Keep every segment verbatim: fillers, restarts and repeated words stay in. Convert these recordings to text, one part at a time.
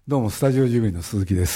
どうもスタジオジブリの鈴木です。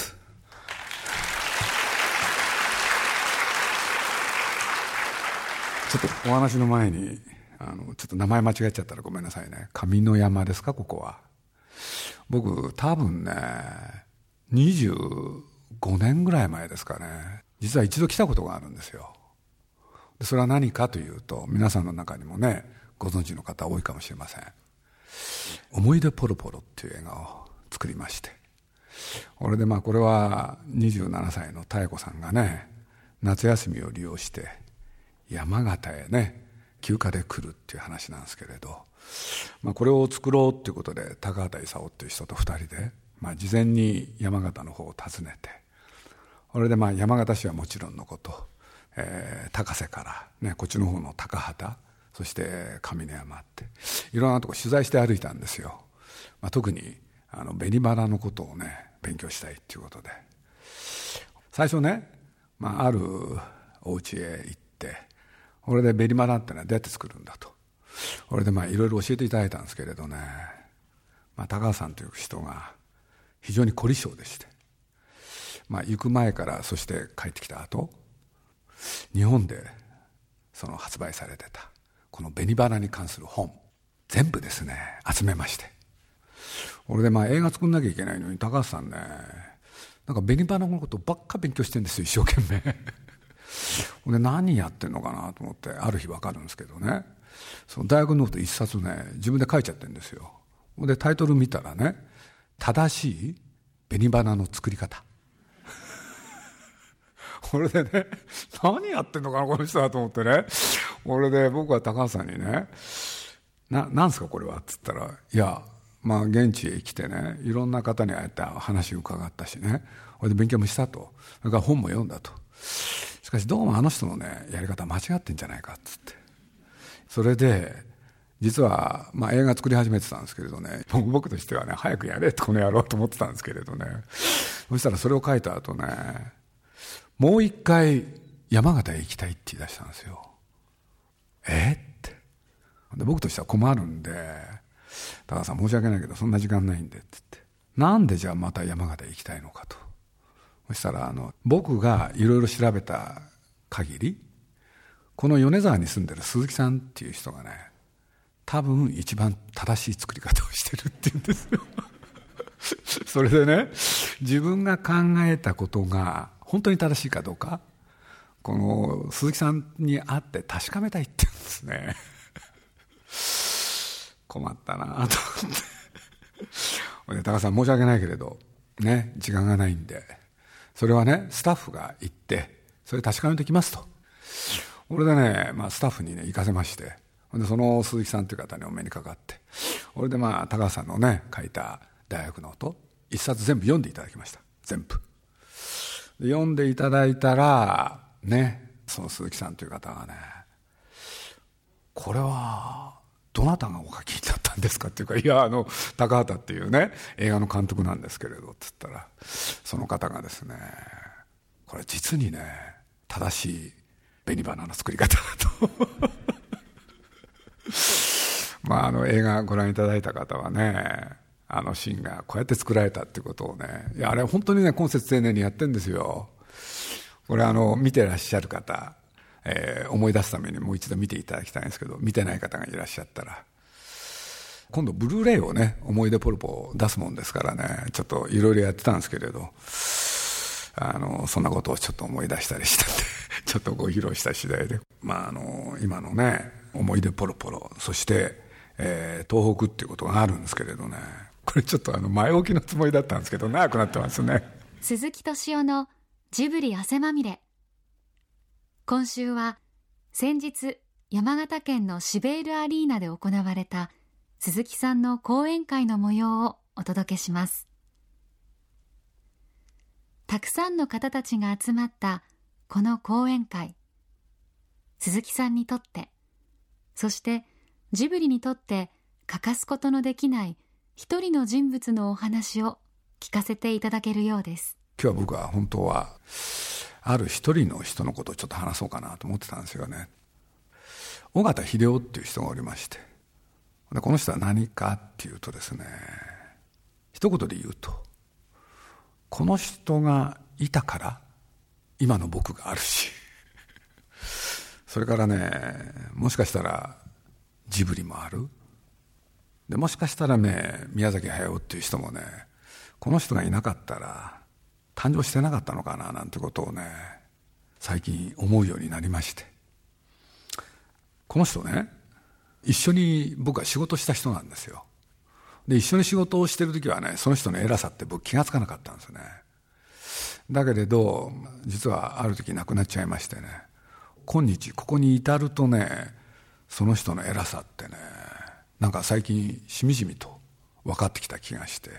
ちょっとお話の前にあのちょっと名前間違えちゃったらごめんなさいね。上の山ですか、ここは。僕多分ねにじゅうごねんぐらい前ですかね、実は一度来たことがあるんですよ。でそれは何かというと、皆さんの中にもねご存知の方多いかもしれません。思い出ポロポロっていう映画を作りまして、これでまあこれはにじゅうななさいの妙子さんがね夏休みを利用して山形へね休暇で来るっていう話なんですけれど、まあ、これを作ろうっていうことで高畑勲っていう人とふたりで、まあ、事前に山形の方を訪ねて、これでまあ山形市はもちろんのこと、えー、高瀬から、ね、こっちの方の高畑、そして上の山っていろんなとこ取材して歩いたんですよ。まあ、特にあの紅バラのことをね勉強したいっていうことで、最初ね、まあ、あるお家へ行って、これで紅バラってのはどうやって作るんだと、これでまあいろいろ教えていただいたんですけれどね、まあ、高橋さんという人が非常に凝り性でして、まあ、行く前からそして帰ってきた後、日本でその発売されてたこの紅バラに関する本全部ですね集めまして、これでまあ映画作んなきゃいけないのに、高橋さんねなんか紅バラのことばっか勉強してるんですよ、一生懸命で何やってんのかなと思って、ある日分かるんですけどね、その大学ノート一冊ね自分で書いちゃってるんですよ。でタイトル見たらね、正しい紅バラの作り方これでね何やってんのかなこの人はと思ってね、これで僕は高橋さんにね、ななんすかこれはっつったら、いやまあ現地へ来てねいろんな方に会えた話を伺ったしね、これで勉強もしたと、それから本も読んだと、しかしどうもあの人のねやり方間違ってんじゃないかっつって、それで実はまあ映画作り始めてたんですけれどね、僕としてはね早くやれってこの野郎と思ってたんですけれどね、そしたらそれを書いた後ね、もう一回山形へ行きたいって言い出したんですよ。えってで僕としては困るんで、高橋さん申し訳ないけどそんな時間ないんでって言って、なんでじゃあまた山形へ行きたいのかと。そしたらあの僕がいろいろ調べた限り、この米沢に住んでる鈴木さんっていう人がね多分一番正しい作り方をしてるって言うんですよそれでね、自分が考えたことが本当に正しいかどうか、この鈴木さんに会って確かめたいって言うんですね困ったなと思って高橋さん申し訳ないけれどね時間がないんで、それはねスタッフが行ってそれ確かめてきますと。これでね、まあ、スタッフにね行かせまして、でその鈴木さんという方にお目にかかって、これでまあ高橋さんのね書いた大学ノート一冊全部読んでいただきました。全部で読んでいただいたらね、その鈴木さんという方がね、これはどなたがお書きになったんですかっていうか、いやあの高畑っていうね映画の監督なんですけれどっつったら、その方がですね、これ実にね正しい紅花の作り方だとまああの映画ご覧いただいた方はね、あのシーンがこうやって作られたっていうことをね、いやあれ本当にね今節丁寧にやってるんですよ。これあの見てらっしゃる方、えー、思い出すためにもう一度見ていただきたいんですけど、見てない方がいらっしゃったら、今度ブルーレイをね思い出ポルポ出すもんですからね、ちょっといろいろやってたんですけれど、あのそんなことをちょっと思い出したりしたんでちょっとご披露した次第で、まああの今のね思い出ポロポロ、そして、えー、東北っていうことがあるんですけれどね、これちょっとあの前置きのつもりだったんですけど長くなってますね。 鈴木敏夫のジブリ汗まみれ。今週は先日山形県のシベールアリーナで行われた鈴木さんの講演会の模様をお届けします。たくさんの方たちが集まったこの講演会、鈴木さんにとって、そしてジブリにとって欠かすことのできない一人の人物のお話を聞かせていただけるようです。 今日は僕は本当はある一人の人のことをちょっと話そうかなと思ってたんですよね。緒方秀夫っていう人がおりまして、でこの人は何かっていうとですね、一言で言うとこの人がいたから今の僕があるしそれからね、もしかしたらジブリもある。でもしかしたらね、宮崎駿っていう人もね、この人がいなかったら誕生してなかったのかななんてことをね、最近思うようになりまして。この人ね、一緒に僕は仕事した人なんですよ。で一緒に仕事をしてる時はね、その人の偉さって僕気がつかなかったんですよね。だけれど実はある時亡くなっちゃいましてね、今日ここに至るとね、その人の偉さってね、なんか最近しみじみと分かってきた気がして、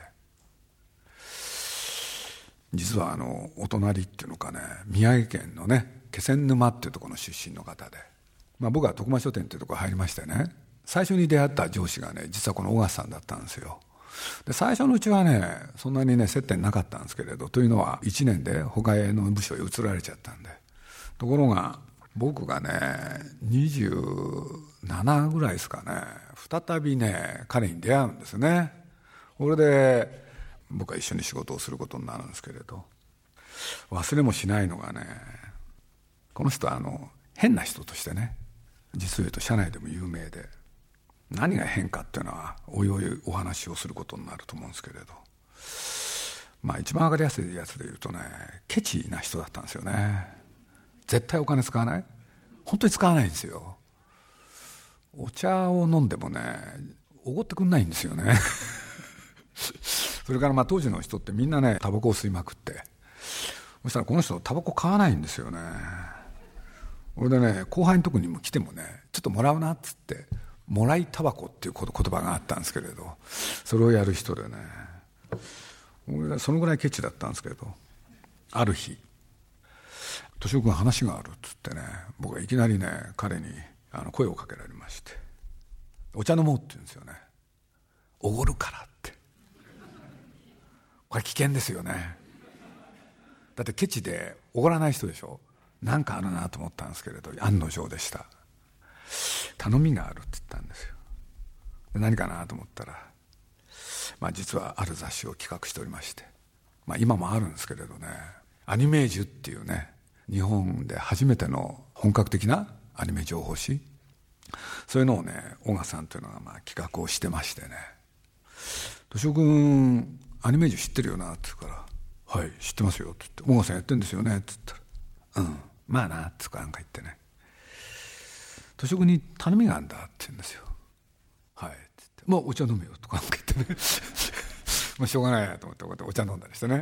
実はあのお隣っていうのかね、宮城県のね気仙沼っていうところの出身の方で、まあ、僕は徳間書店っていうところ入りましてね、最初に出会った上司がね、実はこの小笠さんだったんですよ。で最初のうちはね、そんなにね接点なかったんですけれど、というのはいちねんで他への部署へ移られちゃったんで。ところが僕がねにじゅうななぐらいですかね、再びね彼に出会うんですね。これで僕は一緒に仕事をすることになるんですけれど、忘れもしないのがね、この人はあの変な人としてね、実を言うと社内でも有名で、何が変かっていうのはおいおいお話をすることになると思うんですけれど、まあ一番わかりやすいやつで言うとね、ケチな人だったんですよね。絶対お金使わない、本当に使わないんですよ。お茶を飲んでもねおごってくんないんですよねそれからまあ当時の人ってみんなねタバコを吸いまくって、そしたらこの人タバコ買わないんですよね。これでね、後輩のとこにも来てもね、ちょっともらうなっつって、もらいタバコっていう言葉があったんですけれど、それをやる人でね、俺そのぐらいケチだったんですけれど、ある日敏夫君話があるっつってね、僕はいきなりね彼にあの声をかけられまして、お茶飲もうって言うんですよね。おごるからって。これ危険ですよね。だってケチでおごらない人でしょ。なんかあるなと思ったんですけれど、案の定でした。頼みがあるって言ったんですよ。で何かなと思ったら、まあ、実はある雑誌を企画しておりまして、まあ、今もあるんですけれどね、アニメージュっていうね、日本で初めての本格的なアニメ情報誌、そういうのをね小笠さんというのがまあ企画をしてましてね、敏夫君アニメージュ知ってるよなって言うから、はい知ってますよって言って、小笠さんやってるんですよねって言ったら、うんまあなってなんか言ってね、敏夫君に頼みがあるんだって言うんですよ。はいって言って、もうお茶飲めよとかなんか言ってねもうしょうがないなと思ってこうやってお茶飲んだりしてね、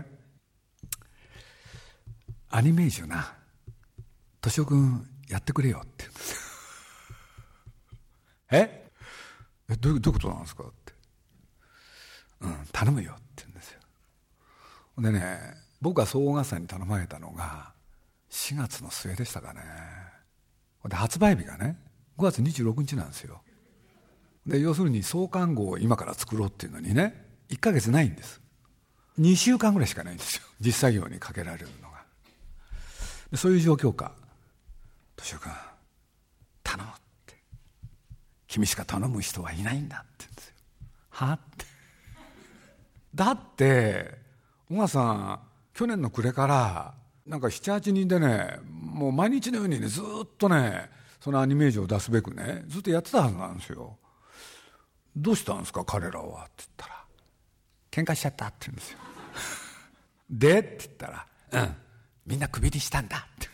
アニメージュな敏夫君やってくれよって言うんですよええどういうどういうことなんですかって、うん頼むよって言うんですよ。でね、僕は総合合さんに頼まれたのがしがつの末でしたかね。で発売日がねごがつにじゅうろくにちなんですよ。で要するに創刊号を今から作ろうっていうのにねいっかげつないんです。にしゅうかんぐらいしかないんですよ、実作業にかけられるのが。でそういう状況下、敏夫君頼むって、君しか頼む人はいないんだって言うんですよ。はってだって小笠さん去年の暮れからなんかななはちにんでね、もう毎日のようにねずっとねそのアニメージュを出すべくねずっとやってたはずなんですよ。どうしたんですか彼らはって言ったら、喧嘩しちゃったって言うんですよでって言ったら、うんみんなクビにしたんだって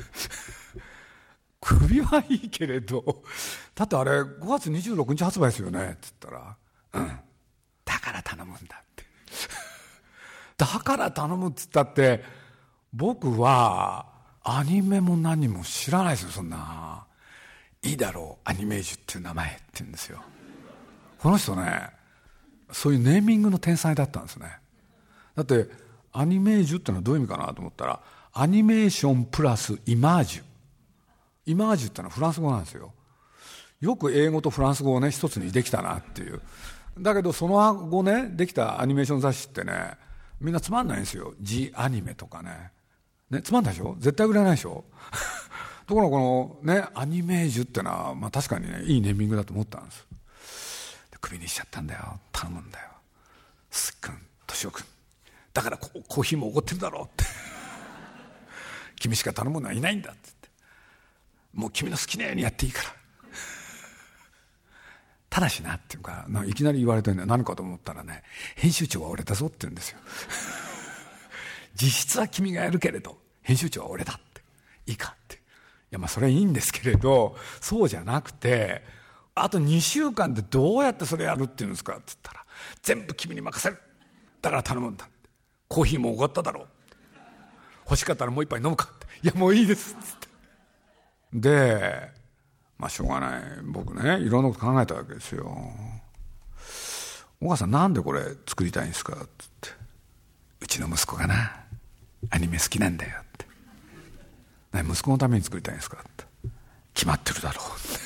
クビはいいけれど、だってあれごがつにじゅうろくにち発売ですよねって言ったら、うんだから頼むんだってだから頼むって言ったって、僕はアニメも何も知らないですよ。そんな、いいだろうアニメージュっていう名前って言うんですよ。この人ねそういうネーミングの天才だったんですね。だってアニメージュってのはどういう意味かなと思ったら、アニメーションプラスイマージュ、イマージュってのはフランス語なんですよ。よく英語とフランス語をね一つにできたなっていう。だけどその後ねできたアニメーション雑誌ってねみんなつまんないんですよ。ジアニメとかねねつまんないでしょ、絶対売れないでしょところがこのねアニメージュってのは、まあ、確かにねいいネーミングだと思ったんです。でクビにしちゃったんだよ、頼むんだよ、すっくん敏夫君だからコーヒーもおごってるだろうって君しか頼むのはいないんだって言って、もう君の好きなようにやっていいからただしなっていうか、いきなり言われてるんだよ。何かと思ったらね、編集長は俺だぞって言うんですよ実質は君がやるけれど編集長は俺だって、いいかって。いやまあそれはいいんですけれど、そうじゃなくて、あとにしゅうかんでどうやってそれやるっていうんですかって言ったら、全部君に任せる、だから頼むんだ、コーヒーもおごっただろう、欲しかったらもう一杯飲むかって、いやもういいですっつって。でまあしょうがない、僕ねいろんなこと考えたわけですよ。お母さんなんでこれ作りたいんですかって言って、うちの息子がなアニメ好きなんだよって。息子のために作りたいんですかって。決まってるだろうって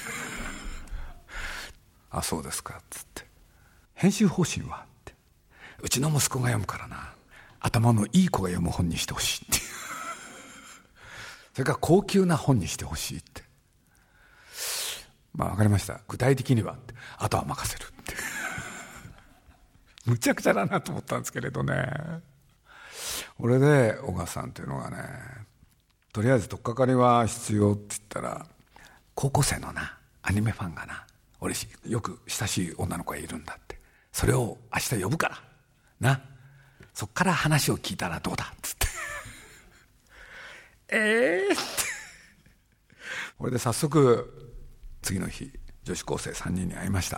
あそうですかっつって。編集方針はって、うちの息子が読むからな、頭のいい子が読む本にしてほしいっていうそれから高級な本にしてほしいって。まあ分かりました、具体的にはって、あとは任せるってむちゃくちゃだなと思ったんですけれどね。これで小川さんというのがね、とりあえず取っかかりは必要って言ったら、高校生のなアニメファンがな、俺よく親しい女の子がいるんだって、それを明日呼ぶからな、そっから話を聞いたらどうだっつってええってこれで早速次の日女子高生さんにんに会いました。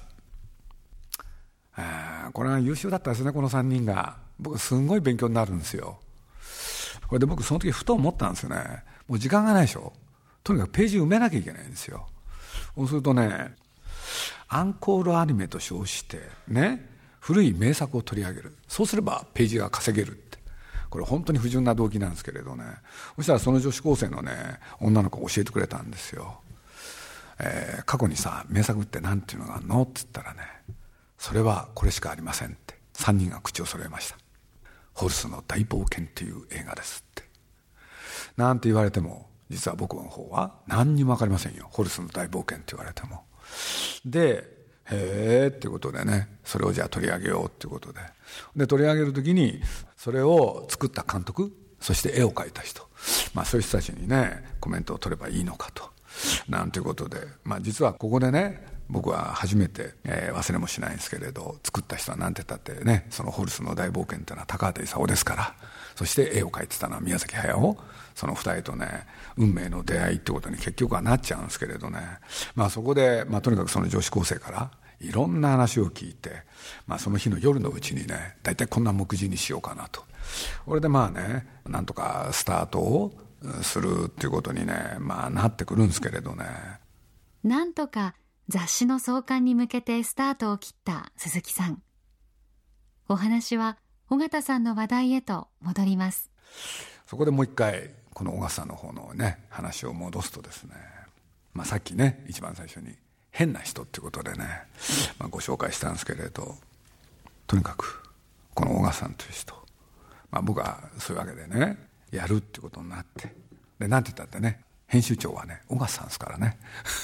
あこれは優秀だったですね、このさんにんが。僕すんごい勉強になるんですよ。これで僕その時ふと思ったんですよね。もう時間がないでしょ。とにかくページ埋めなきゃいけないんですよ。そうするとね、アンコールアニメと称してね、古い名作を取り上げる。そうすればページが稼げるって。これ本当に不純な動機なんですけれどね。そしたらその女子高生のね女の子が教えてくれたんですよ。えー、過去にさ名作って何ていうのがあるのって言ったらね、それはこれしかありませんってさんにんが口を揃えました。ホルスの大冒険っていう映画ですってなんて言われても、実は僕の方は何にも分かりませんよ。ホルスの大冒険って言われても。でへーっていうことでね、それをじゃあ取り上げようっていうことで、で取り上げるときにそれを作った監督、そして絵を描いた人、まあそういう人たちにねコメントを取ればいいのかと、なんていうことで、まあ実はここでね僕は初めて、えー、忘れもしないんですけれど、作った人はなんて言ったってね、そのホルスの大冒険っていうのは高畑勲ですから、そして絵を描いてたのは宮崎駿、その二人とね運命の出会いってことに結局はなっちゃうんですけれどね、まあそこで、まあ、とにかくその女子高生からいろんな話を聞いて、まあ、その日の夜のうちにね大体こんな目次にしようかなと。これでまあねなんとかスタートをするっていうことにね、まあ、なってくるんですけれどね。 なんとか雑誌の創刊に向けてスタートを切った鈴木さん。お話は尾形さんの話題へと戻ります。 そこでもう一回この尾形さんの方のね話を戻すとですね、まあ、さっきね一番最初に変な人っていうことでね、まあ、ご紹介したんですけれど、とにかくこの尾形さんという人、まあ、僕はそういうわけでねやるっていうことになって、でなんて言ったってね編集長はね尾形さんですからね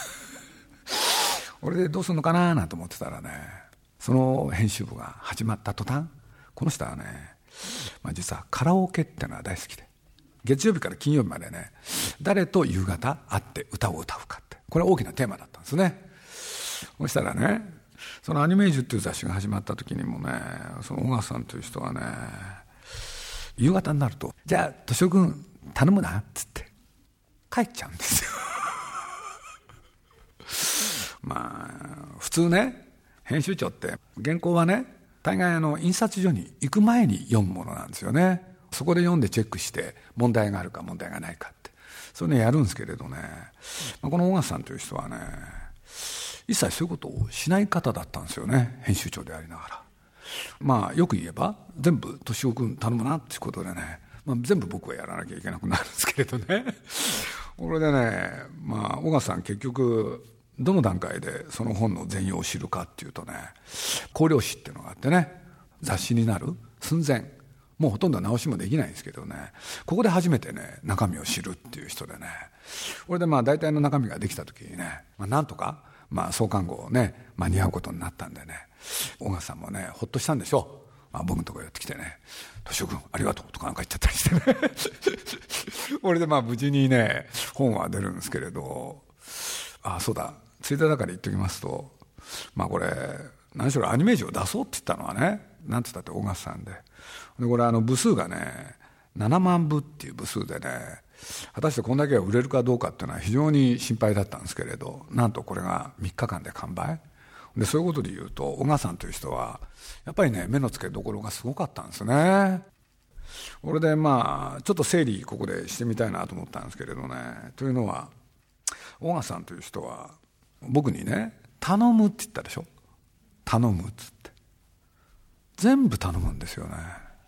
俺でどうするのかななんて思ってたらね、その編集部が始まった途端、この人はね、まあ、実はカラオケってのは大好きで、月曜日から金曜日までね誰と夕方会って歌を歌うかって、これ大きなテーマだったんですね。そしたらね、そのアニメージュっていう雑誌が始まった時にもね、その尾形さんという人はね、夕方になるとじゃあ敏夫君頼むなっつって帰っちゃうんですよまあ普通ね編集長って原稿はね大概あの印刷所に行く前に読むものなんですよね。そこで読んでチェックして問題があるか問題がないかってそういうのやるんですけれどね、まあ、この尾形さんという人はね一切そういうことをしない方だったんですよね、編集長でありながら。まあよく言えば全部敏夫君頼むなっていうことでね、まあ、全部僕はやらなきゃいけなくなるんですけれどねこれでね、まあ尾形さん結局どの段階でその本の全容を知るかっていうとね、考慮誌っていうのがあってね、雑誌になる寸前、もうほとんど直しもできないんですけどね、ここで初めてね中身を知るっていう人でね、これでまあ大体の中身ができた時にね、まあ、なんとかまあ創刊号をね間に合うことになったんでね、尾形さんもねほっとしたんでしょう。 まあ、僕のところやってきてね、敏夫君ありがとうとかなんか言っちゃったりしてねこれでまあ無事にね本は出るんですけれど、あそうだついでだから言っておきますと、まあこれ何しろアニメージを出そうって言ったのはね、なんて言ったって大勝さんで、でこれあの部数がねななまんぶっていう部数でね、果たしてこんだけが売れるかどうかっていうのは非常に心配だったんですけれど、なんとこれがみっかかんで完売で、そういうことで言うと小川さんという人はやっぱりね目の付けどころがすごかったんですね。これでまあちょっと整理ここでしてみたいなと思ったんですけれどね。というのは小川さんという人は僕にね頼むって言ったでしょ。頼むっつって全部頼むんですよね。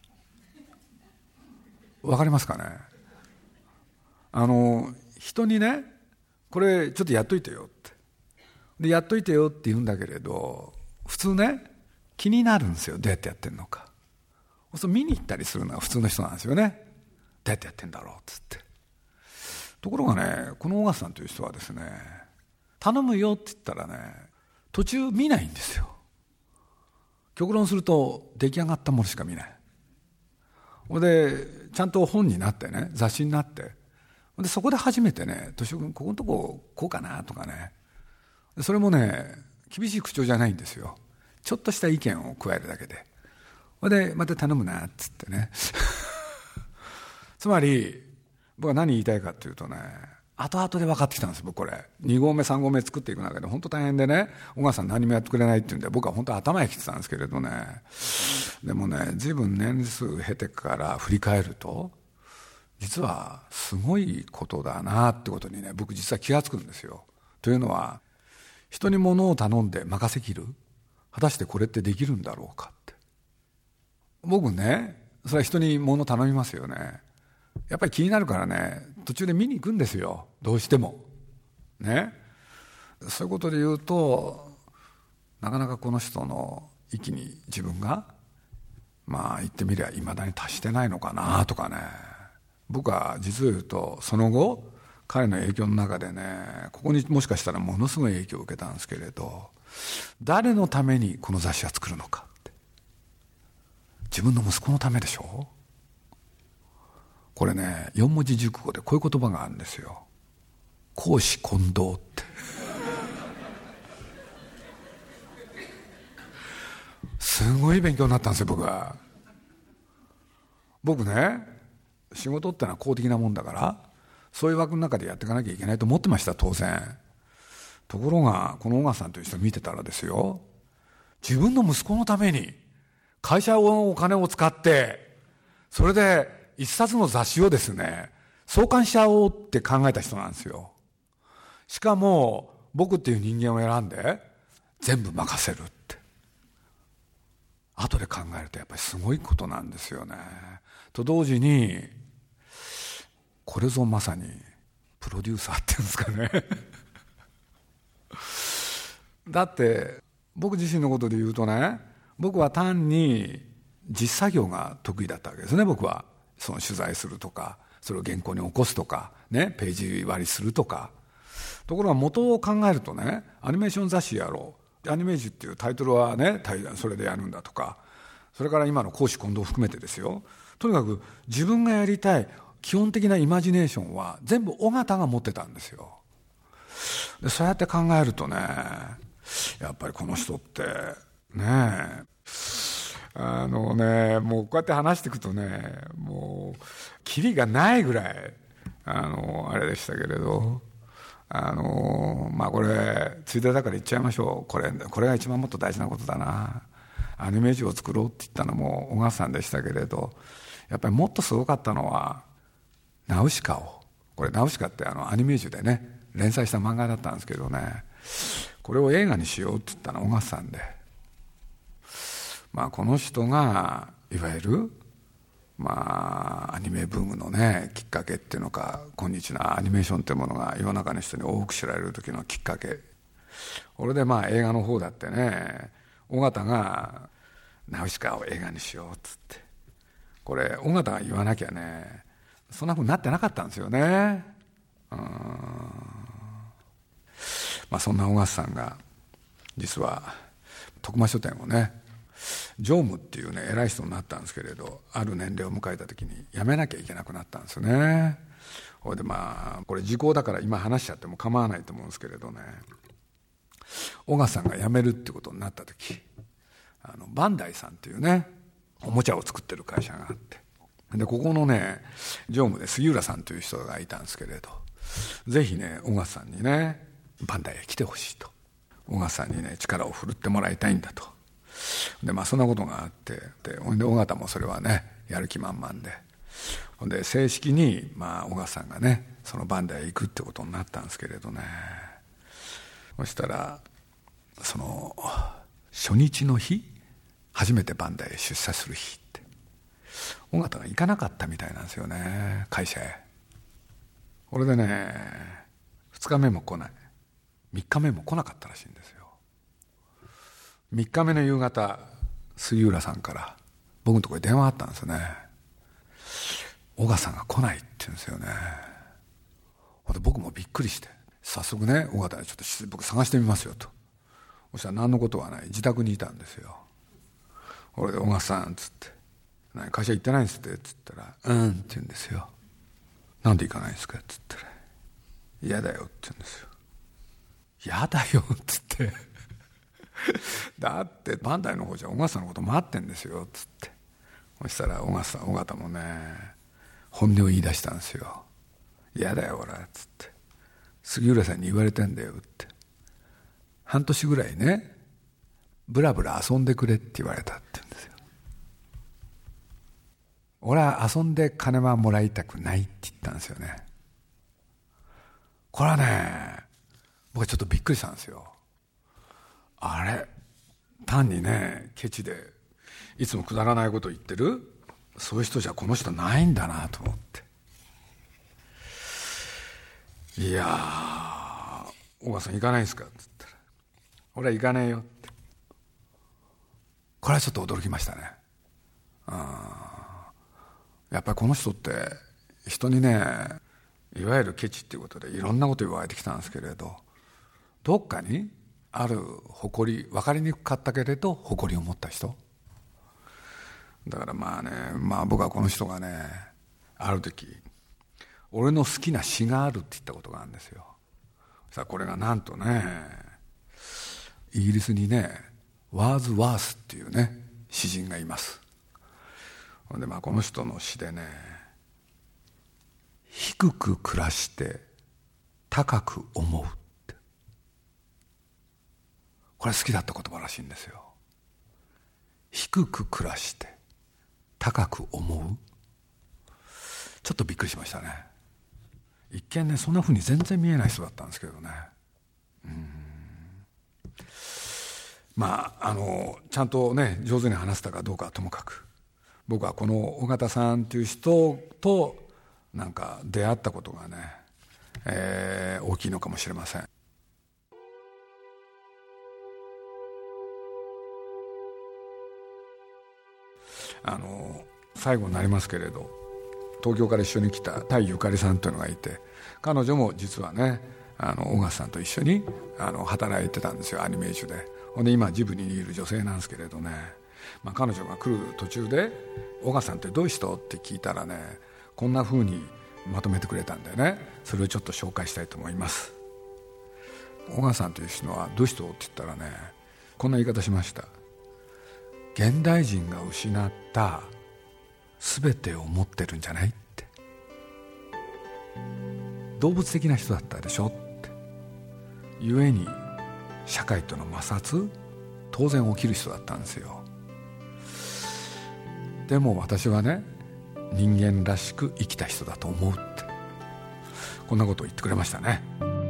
わかりますかね。あの人にねこれちょっとやっといてよってでやっといてよって言うんだけれど、普通ね気になるんですよ、どうやってやってんのか。そう見に行ったりするのが普通の人なんですよね。どうやってやってんだろうっつって。ところがねこの小笠さんという人はですね、頼むよって言ったらね途中見ないんですよ。極論すると出来上がったものしか見ない。でちゃんと本になってね雑誌になってでそこで初めてね敏夫君ここのとここうかなとかね、それもね厳しい口調じゃないんですよ。ちょっとした意見を加えるだけで、でまた頼むなっつってねつまり僕は何言いたいかというとね、後々で分かってきたんです。僕これに合目さん合目作っていく中で本当大変でね、小川さん何もやってくれないっていうんで僕は本当頭へきてたんですけれどね、でもね随分年数経てから振り返ると実はすごいことだなってことにね僕実は気がつくんですよ。というのは人に物を頼んで任せきる、果たしてこれってできるんだろうかって。僕ねそれは人に物頼みますよね。やっぱり気になるからね途中で見に行くんですよ、どうしてもね。そういうことで言うとなかなかこの人の域に自分がまあ言ってみりゃいまだに達してないのかなとかね。僕は実を言うとその後彼の影響の中でねここにもしかしたらものすごい影響を受けたんですけれど、誰のためにこの雑誌は作るのかって、自分の息子のためでしょ。これね四文字熟語でこういう言葉があるんですよ。公私混同ってすごい勉強になったんですよ僕は。僕ね仕事ってのは公的なもんだからそういう枠の中でやっていかなきゃいけないと思ってました、当然。ところがこの小川さんという人を見てたらですよ、自分の息子のために会社のお金を使ってそれで一冊の雑誌をですね創刊しちゃおうって考えた人なんですよ。しかも僕っていう人間を選んで全部任せるって。後で考えるとやっぱりすごいことなんですよね。と同時にこれぞまさにプロデューサーっていうんですかねだって僕自身のことで言うとね、僕は単に実作業が得意だったわけですね。僕はその取材するとかそれを原稿に起こすとかね、ページ割りするとか。ところが元を考えるとね、アニメーション雑誌やろう、アニメージュっていうタイトルはねそれでやるんだとか、それから今の公私混同を含めてですよ、とにかく自分がやりたい基本的なイマジネーションは全部尾形が持ってたんですよ。でそうやって考えるとね、やっぱりこの人ってねえあのねもうこうやって話していくとねもうキリがないぐらいあのあれでしたけれど、あのまあこれついでだから言っちゃいましょう。これこれが一番もっと大事なことだな。アニメージュを作ろうって言ったのも小川さんでしたけれど、やっぱりもっとすごかったのはナウシカを、これナウシカってあのアニメージュでね連載した漫画だったんですけどね、これを映画にしようって言ったのは小川さんで、まあこの人がいわゆるまあアニメブームのねきっかけっていうのか、今日のアニメーションっていうものが世の中の人に多く知られる時のきっかけ。これでまあ映画の方だってね尾形がナウシカを映画にしようっつって、これ尾形が言わなきゃねそんなふうになってなかったんですよね。うーん、まあそんな小笠さんが実は徳間書店をね常務っていうね偉い人になったんですけれど、ある年齢を迎えた時に辞めなきゃいけなくなったんですよね。それでまあこれ時効だから今話しちゃっても構わないと思うんですけれどね、緒方さんが辞めるってことになった時、あのバンダイさんっていうねおもちゃを作ってる会社があって、でここのね常務で杉浦さんという人がいたんですけれど、ぜひね緒方さんにねバンダイへ来てほしいと、緒方さんにね力を振るってもらいたいんだと。でまあそんなことがあって、で緒方もそれはねやる気満々で、で正式にまあ緒方さんがねそのバンダイへ行くってことになったんですけれどね、そしたらその初日の日、初めてバンダイへ出社する日って緒方が行かなかったみたいなんですよね、会社へ。これでねふつかめも来ない、みっかめも来なかったらしいんですよ。みっかめの夕方、杉浦さんから僕のところに電話あったんですよね。緒方さんが来ないって言うんですよね。で僕もびっくりして、早速ね緒方にちょっと僕探してみますよと。そしたら何のことはない、自宅にいたんですよ。これで緒方さんっつって、何会社行ってないんですってっつったら、うんって言うんですよ。なんで行かないんですかっつったら、嫌だよって言うんですよ。嫌だよっつってだってバンダイの方じゃ緒方さんのこと待ってんですよっつって、そしたら緒方さん緒方もね本音を言い出したんですよ。嫌だよほらっつって、杉浦さんに言われてんだよって、半年ぐらいねブラブラ遊んでくれって言われたって言うんですよ。俺は遊んで金はもらいたくないって言ったんですよね。これはね僕はちょっとびっくりしたんですよ。あれ単にねケチでいつもくだらないこと言ってるそういう人じゃこの人ないんだなと思って、いやー緒方さん行かないんですかって言ったら、俺は行かねえよって。これはちょっと驚きましたね。あやっぱりこの人って人にねいわゆるケチっていうことでいろんなこと言われてきたんですけれど、どっかにある誇り、分かりにくかったけれど誇りを持った人だから、まあねまあ僕はこの人がねある時俺の好きな詩があるって言ったことがあるんですよ。さあこれがなんとねイギリスにねワーズワースっていうね詩人がいます。でまあこの人の詩でね、低く暮らして高く思うって、これ好きだった言葉らしいんですよ。低く暮らして高く思う、ちょっとびっくりしましたね。一見ねそんなふうに全然見えない人だったんですけどね。うーんまああのちゃんとね上手に話せたかどうかはともかく、僕はこの緒方さんという人となんか出会ったことがね、えー、大きいのかもしれません。あの最後になりますけれど、東京から一緒に来た田井ゆかりさんというのがいて、彼女も実はねあの緒方さんと一緒にあの働いてたんですよ、アニメージュで。ほんで今ジブリにいる女性なんですけれどね、まあ、彼女が来る途中で緒方さんってどういう人って聞いたらね、こんな風にまとめてくれたんだよね。それをちょっと紹介したいと思います。緒方さんという人はどういう人って言ったらね、こんな言い方しました。現代人が失った全てを持ってるんじゃないって、動物的な人だったでしょって、故に社会との摩擦当然起きる人だったんですよ。でも私はね人間らしく生きた人だと思うって、こんなことを言ってくれましたね。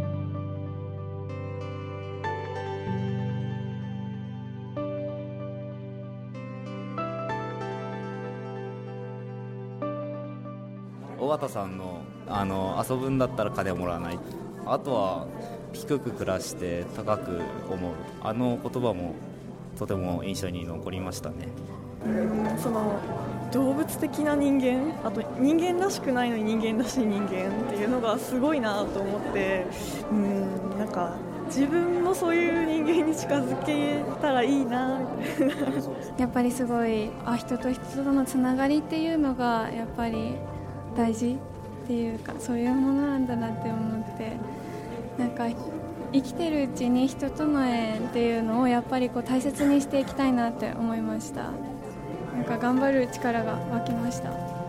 緒方さんの、あの遊ぶんだったら金をもらわない、あとは低く暮らして高く思う、あの言葉もとても印象に残りましたね。 その動物的な人間、あと人間らしくないのに人間らしい人間っていうのがすごいなと思って、うんなんか自分もそういう人間に近づけたらいいなみたいなやっぱりすごいあ人と人とのつながりっていうのがやっぱり大事っていうか、そういうものなんだなって思って、なんか生きてるうちに人との縁っていうのをやっぱりこう大切にしていきたいなって思いました。なんか頑張る力が湧きました。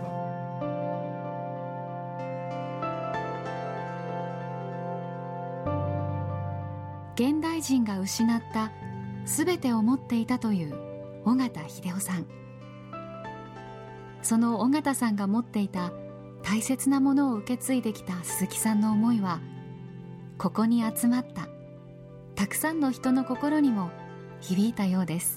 現代人が失ったすべてを持っていたという緒方秀夫さん。その緒方さんが持っていた大切なものを受け継いできた鈴木さんの思いは、ここに集まったたくさんの人の心にも響いたようです。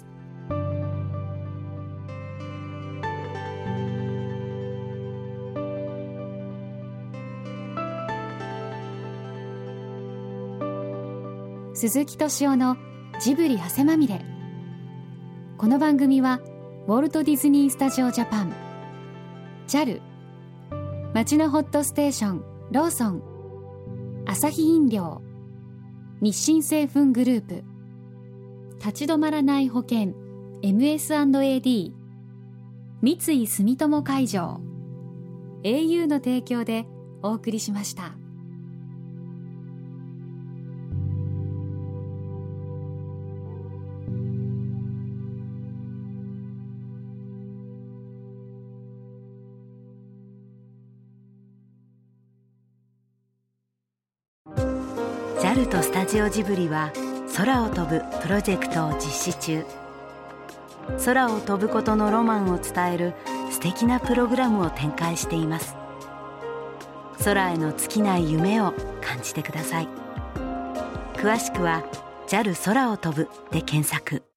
鈴木敏夫のジブリ汗まみれ。この番組はウォルト・ディズニー・スタジオ・ジャパン、 ジャル、 町のホットステーションローソン、アサヒ飲料、日清製粉グループ、立ち止まらない保険 エムエスアンドエーディー、 三井住友海上、 エーユー の提供でお送りしました。 ジャル とスタジオジブリは空を飛ぶプロジェクトを実施中。空を飛ぶことのロマンを伝える素敵なプログラムを展開しています。空への尽きない夢を感じてください。詳しくは ジャル 空を飛ぶで検索。